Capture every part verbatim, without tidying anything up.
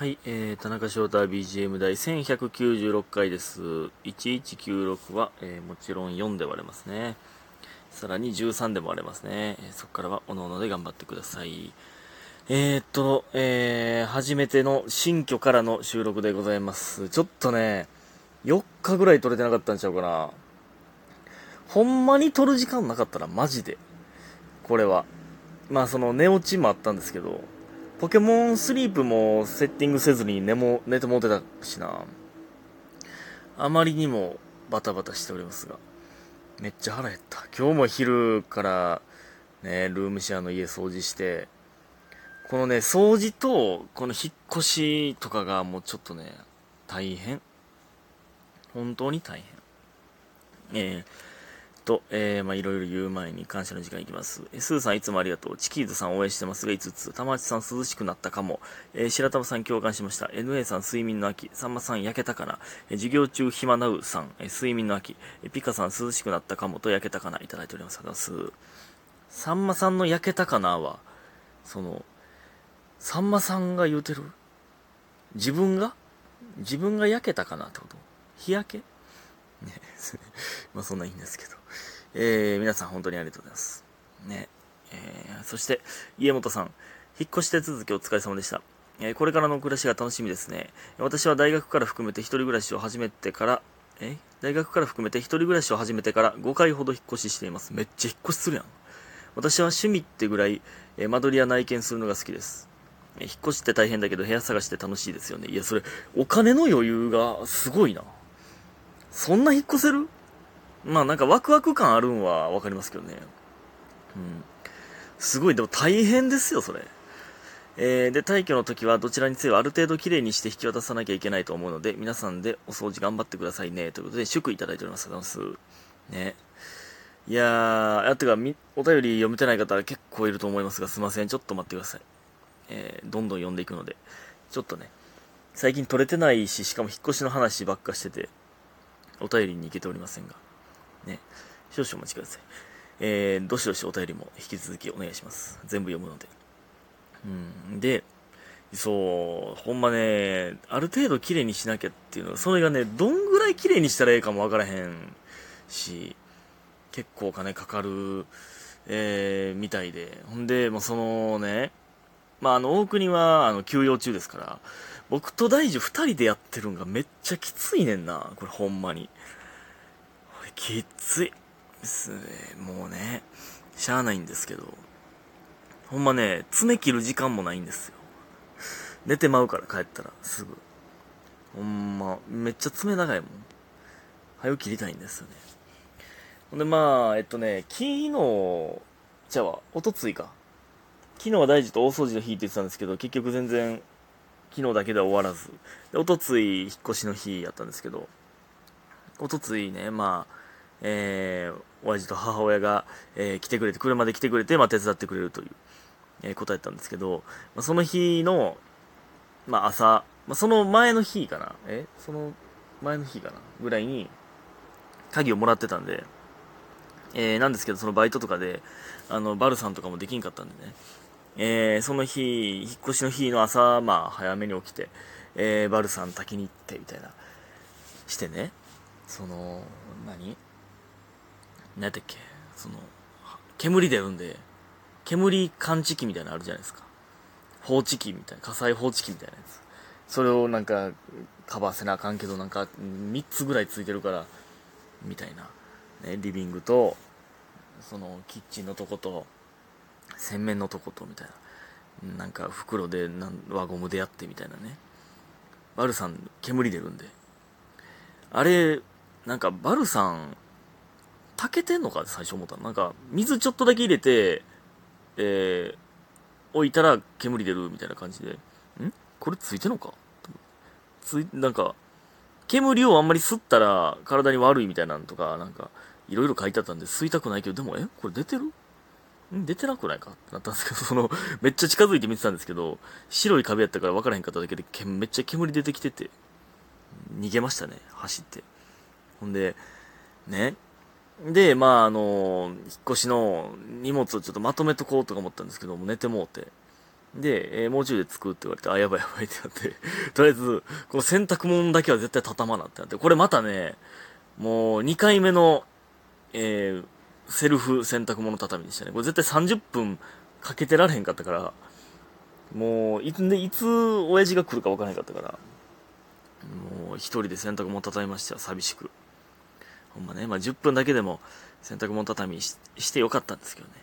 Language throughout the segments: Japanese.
はい、えー、田中翔太 ビージーエム 第せんひゃくきゅうじゅうろっかいです。いちいちきゅうろくは、えー、もちろんよんで割れますね。さらにじゅうさんでも割れますね。えー、そこからはおのおので頑張ってください。えーっと、えー、初めての新居からの収録でございます。ちょっとね、よっかぐらい撮れてなかったんちゃうかな。ほんまに撮る時間なかったらマジで。これは。まあその寝落ちもあったんですけど、ポケモンスリープもセッティングせずに寝も、寝てもうてたしな。あまりにもバタバタしておりますが、めっちゃ腹減った。今日も昼からね、ルームシェアの家掃除して、このね、掃除と、この引っ越しとかがもうちょっとね、大変。本当に大変。えー、と、えー、まあいろいろ言う前に感謝の時間いきます。えー、スーさんいつもありがとう。チキーズさん応援してますがいつつ、玉内さん涼しくなったかも。えー、白玉さん共感しました。エヌエー さん睡眠の秋。さんまさん焼けたかな。えー、授業中暇なうさん、えー、睡眠の秋。えー、ピカさん涼しくなったかもと焼けたかな。いただいております。ありがとうございます。さんまさんの焼けたかなは、その、さんまさんが言うてる自分が自分が焼けたかなってこと日焼けね。まあそんないいんですけど。えー、皆さん本当にありがとうございます。ね。えー、そして、家元さん、引っ越し手続きお疲れ様でした。えー、これからの暮らしが楽しみですね。私は大学から含めて一人暮らしを始めてから、え大学から含めて一人暮らしを始めてからごかいほど引っ越ししています。めっちゃ引っ越しするやん。私は趣味ってぐらい、えー、間取りや内見するのが好きです。えー、引っ越しって大変だけど部屋探して楽しいですよね。いや、それ、お金の余裕がすごいな。そんな引っ越せる？まあなんかワクワク感あるんはわかりますけどね。うん。すごい、でも大変ですよ、それ。えー、で、退去の時はどちらにせよある程度綺麗にして引き渡さなきゃいけないと思うので、皆さんでお掃除頑張ってくださいね。ということで、祝いただいております。ありがとうございます。ね。いやー、あ、てか、み、お便り読めてない方結構いると思いますが、すいません。ちょっと待ってください。えー、どんどん読んでいくので。ちょっとね、最近取れてないし、しかも引っ越しの話ばっかしてて、お便りに行けておりませんが。ね。少々お待ちください。えー、どしどしお便りも引き続きお願いします。全部読むので。うん。で、そう、ほんまね、ある程度綺麗にしなきゃっていうのは、それがね、どんぐらい綺麗にしたらええかもわからへんし、結構お金かかる、えー、みたいで。ほんで、もうそのね、まあ、あの、大国は、あの、休養中ですから、僕と大樹二人でやってるんがめっちゃきついねんな。これほんまに。これきつい。ですね。もうね、しゃあないんですけど、ほんまね、爪切る時間もないんですよ。寝てまうから帰ったら、すぐ。ほんま、めっちゃ爪長いもん。早く切りたいんですよね。ほんでまあ、えっとね、昨日、じゃあ、おとついか。昨日は大事と大掃除の日って言ってたんですけど、結局全然、昨日だけでは終わらず。で、おとつい、引っ越しの日やったんですけど、おとついね、まあ、えー、親父と母親が、えー、来てくれて、車で来てくれて、まあ、手伝ってくれるという、えー、ことやったんですけど、まあ、その日の、まあ、朝、まあ、その前の日かな、えその前の日かなぐらいに、鍵をもらってたんで、えー、なんですけど、そのバイトとかで、あの、バルさんとかもできんかったんでね、えー、その日、引っ越しの日の朝、まあ、早めに起きて、えー、バルさん炊きに行って、みたいな、してね、その、何何やったっけその、煙出るんで、煙感知器みたいなのあるじゃないですか。放置器みたいな、火災放置器みたいなやつ。それをなんか、カバーせなあかんけど、なんか、みっつぐらいついてるから、みたいな。ね、リビングと、その、キッチンのとこと、洗面のとこと、みたいな。なんか、袋で、なん輪ゴムでやってみたいなね。バルさん、煙出るんで。あれ、なんか、バルさん、炊けてんのかって最初思ったの。なんか、水ちょっとだけ入れて、えー、置いたら煙出るみたいな感じで、んこれついてんのかつい、なんか、煙をあんまり吸ったら体に悪いみたいなのとか、なんか、いろいろ書いてあったんで吸いたくないけど、でも、えこれ出てるん出てなくないかってなったんですけど、その、めっちゃ近づいて見てたんですけど、白い壁やったから分からへんかっただけで、けめっちゃ煙出てきてて、逃げましたね、走って。ほんで、ね。で、まあ、あの、引っ越しの荷物をちょっとまとめとこうとか思ったんですけども、寝てもうて。 で、えー、もうちょいで着くって言われて、あ、やばいやばいってなって、とりあえず、この洗濯物だけは絶対畳まなってなって、これまたね、もうにかいめの、えー、セルフ洗濯物畳でしたね。これ絶対さんじゅっぷんかけてられへんかったから、もう、いつ、いつ親父が来るか分からへんかったから、もう一人で洗濯物畳みましたよ、寂しく。ほんまね、まあじゅっぷんだけでも洗濯物畳み し, してよかったんですけどね。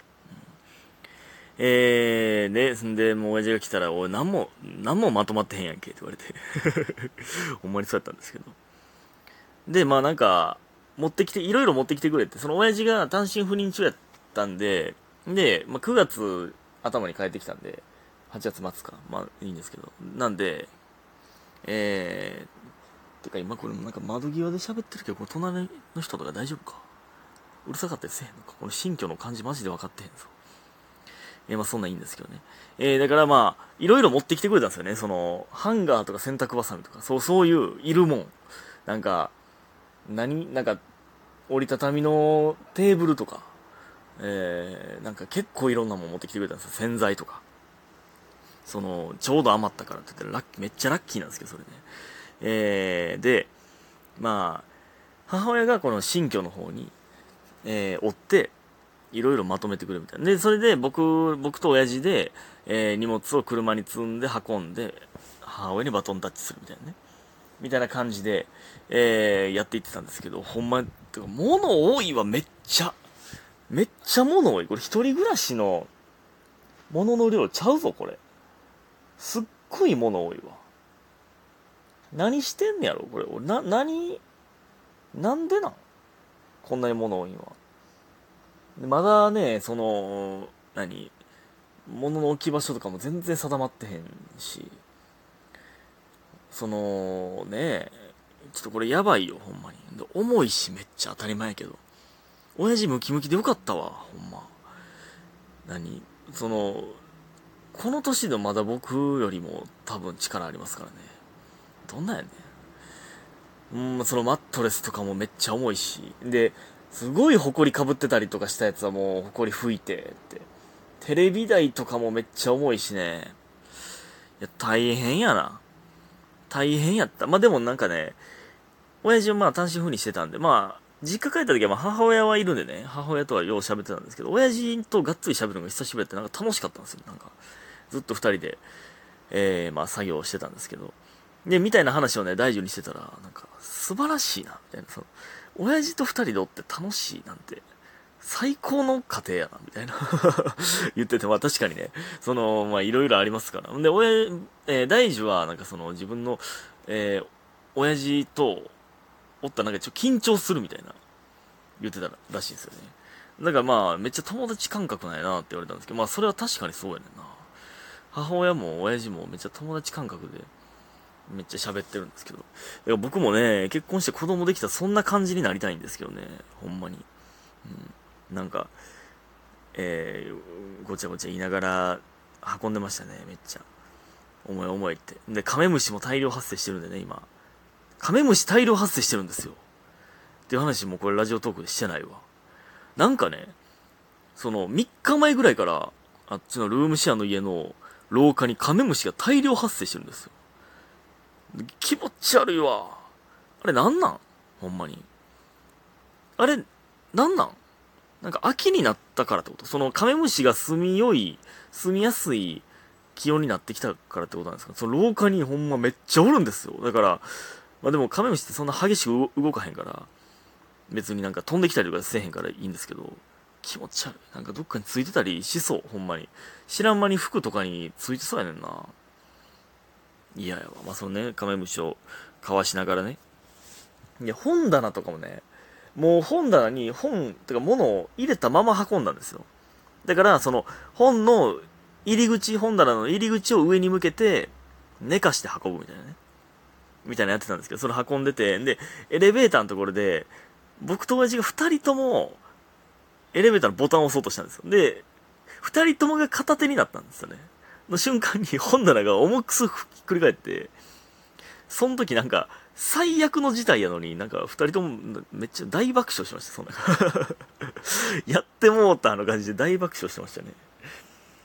えー、で、んで、もう親父が来たら、おい、何も、何もまとまってへんやんけ、って言われて。ほんまにそうやったんですけど。で、まあなんか、持ってきて、いろいろ持ってきてくれて、その親父が単身赴任中やったんで、で、まあくがつ頭に帰ってきたんで、はちがつ末か。まあいいんですけど。なんで、えー、てか今これもなんか窓際で喋ってるけど、これ隣の人とか大丈夫か？うるさかったりせえへんのか？この新居の感じマジで分かってへんぞ。えー、まあそんなんいいんですけどね。えー、だからまあ、いろいろ持ってきてくれたんですよね。その、ハンガーとか洗濯バサミとか、そう、そういう、いるもん。なんか、何なんか、折りたたみのテーブルとか、えー、なんか結構いろんなもん持ってきてくれたんですよ。洗剤とか。その、ちょうど余ったからって言ったらラッキー、めっちゃラッキーなんですけど、それね。えー、で、まあ、母親がこの新居の方に、えー、追って、いろいろまとめてくれるみたいな。で、それで僕、僕と親父で、えー、荷物を車に積んで運んで、母親にバトンタッチするみたいなね。みたいな感じで、えー、やっていってたんですけど、ほんま、てか物多いわ、めっちゃ。めっちゃ物多い。これ一人暮らしの物の量ちゃうぞ、これ。すっごい物多いわ。何してんねやろ、これ。俺、な、何、なんでなんこんなに物多いんは。まだね、その、何物の置き場所とかも全然定まってへんし、その、ね、ちょっとこれやばいよ、ほんまに。重いしめっちゃ当たり前やけど。親父ムキムキでよかったわ、ほんま。何その、この年でまだ僕よりも多分力ありますからね。どんなんやねん。うん、そのマットレスとかもめっちゃ重いし。で、すごい埃かぶってたりとかしたやつはもう埃拭いてって。テレビ台とかもめっちゃ重いしね。いや、大変やな。大変やった。まあ、でもなんかね、親父はまあ単身赴任してたんで、まあ、実家帰った時はまあ母親はいるんでね、母親とはよう喋ってたんですけど、親父とがっつり喋るのが久しぶりだってなんか楽しかったんですよ。なんか、ずっと二人で、えー、まあ作業をしてたんですけど。で、みたいな話をね、大事にしてたら、なんか、素晴らしいな、みたいな。その、親父と二人でおって楽しいなんて、最高の家庭やな、みたいな言ってて、まあ確かにね、その、まあいろいろありますから。で、親、えー、大樹は、なんかその自分の、えー、親父と、おったらなんかちょっと緊張するみたいな、言ってたらしいんですよね。だからまあ、めっちゃ友達感覚なんやなって言われたんですけど、まあそれは確かにそうやねんな。母親も親父もめっちゃ友達感覚で、めっちゃ喋ってるんですけど。いや僕もね、結婚して子供できたらそんな感じになりたいんですけどね、ほんまに。うん、なんか、えー、ごちゃごちゃ言いながら運んでましたね、めっちゃ。重い重いって。で、カメムシも大量発生してるんでね、今。カメムシ大量発生してるんですよ。っていう話もこれラジオトークでしてないわ。なんかね、そのみっかまえぐらいから、あっちのルームシェアの家の廊下にカメムシが大量発生してるんですよ。気持ち悪いわ。あれなんなんほんまに。あれ、なんなんなんか秋になったからってこと？そのカメムシが住みよい、住みやすい気温になってきたからってことなんですか？その廊下にほんまめっちゃおるんですよ。だから、まあでもカメムシってそんな激しく動かへんから、別になんか飛んできたりとかせえへんからいいんですけど、気持ち悪い。なんかどっかについてたりしそう、ほんまに。知らん間に服とかについてそうやねんな。嫌やわ。まあそのね、カメムシをかわしながらね。いや、本棚とかもね、もう本棚に本、てか物を入れたまま運んだんですよ。だから、その本の入り口、本棚の入り口を上に向けて寝かして運ぶみたいなね。みたいなやってたんですけど、それ運んでて、で、エレベーターのところで、僕と親父が二人とも、エレベーターのボタンを押そうとしたんですよ。で、二人ともが片手になったんですよね。の瞬間に本棚が重くすひっくり返って、その時なんか、最悪の事態やのに、なんか二人ともめっちゃ大爆笑しました、そんな。やってもうたあの感じで大爆笑してましたね。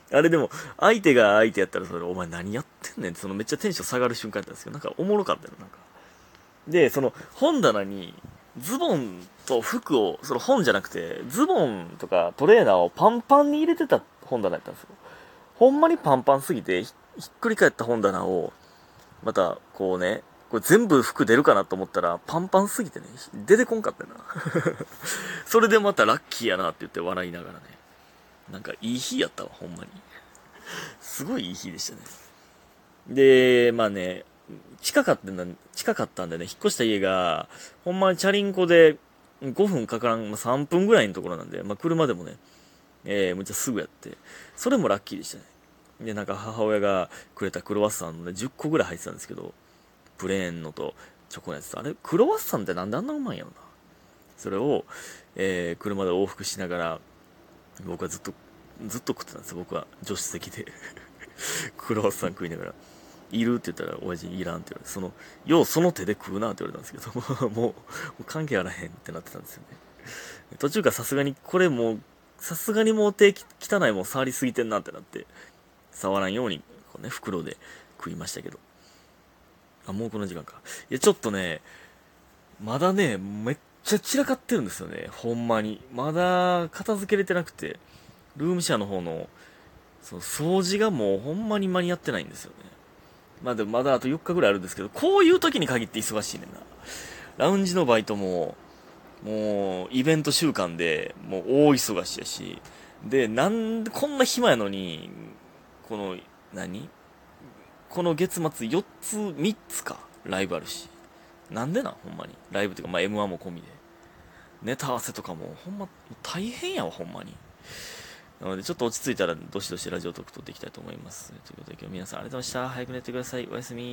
あれでも、相手が相手やったらそれ、お前何やってんねんって、そのめっちゃテンション下がる瞬間やったんですけど、なんかおもろかったよ、なんか。で、その本棚に、ズボンと服を、その本じゃなくて、ズボンとかトレーナーをパンパンに入れてた本棚やったんですよ。ほんまにパンパンすぎて、ひひっくり返った本棚を、また、こうね、これ全部服出るかなと思ったら、パンパンすぎてね、出てこんかったよな。それでまたラッキーやなって言って笑いながらね。なんかいい日やったわ、ほんまに。すごいいい日でしたね。で、まあね、近かったんだ、近かったんでね、引っ越した家が、ほんまにチャリンコでごふんかからん、まあ、さんぷんぐらいのところなんで、まあ車でもね、えー、むっちゃすぐやって、それもラッキーでしたね。で、なんか母親がくれたクロワッサンのね、じゅっこぐらい入ってたんですけど、プレーンのとチョコのやつと、あれクロワッサンってなんであんなうまいんやろな。それを、えー、車で往復しながら、僕はずっと、ずっと食ってたんですよ、僕は。助手席で。クロワッサン食いながら。いるって言ったら、親父いらんって言われて、その、ようその手で食うなって言われたんですけど、もう、もう関係あらへんってなってたんですよね。途中からさすがに、これもう、さすがにもう手汚いもん触りすぎてんなってなって、触らんように、こうね、袋で食いましたけど。あ、もうこの時間か。いや、ちょっとね、まだね、めっちゃ散らかってるんですよね、ほんまに。まだ片付けれてなくて、ルームシェアの方の、その掃除がもうほんまに間に合ってないんですよね。まあでもまだあとよっかぐらいあるんですけど、こういう時に限って忙しいねんな。ラウンジのバイトも、もう、イベント週間で、もう大忙しやし、で、なんでこんな暇やのに、この、何この月末よっつ、みっつか、ライブあるし。なんでなんほんまに。ライブっていうか、まあ エムワン も込みで。ネタ合わせとかも、ほんま、大変やわ、ほんまに。なので、ちょっと落ち着いたら、どしどしラジオトーク撮っていきたいと思います。ということで、今日皆さんありがとうございました。早く寝てください。おやすみ。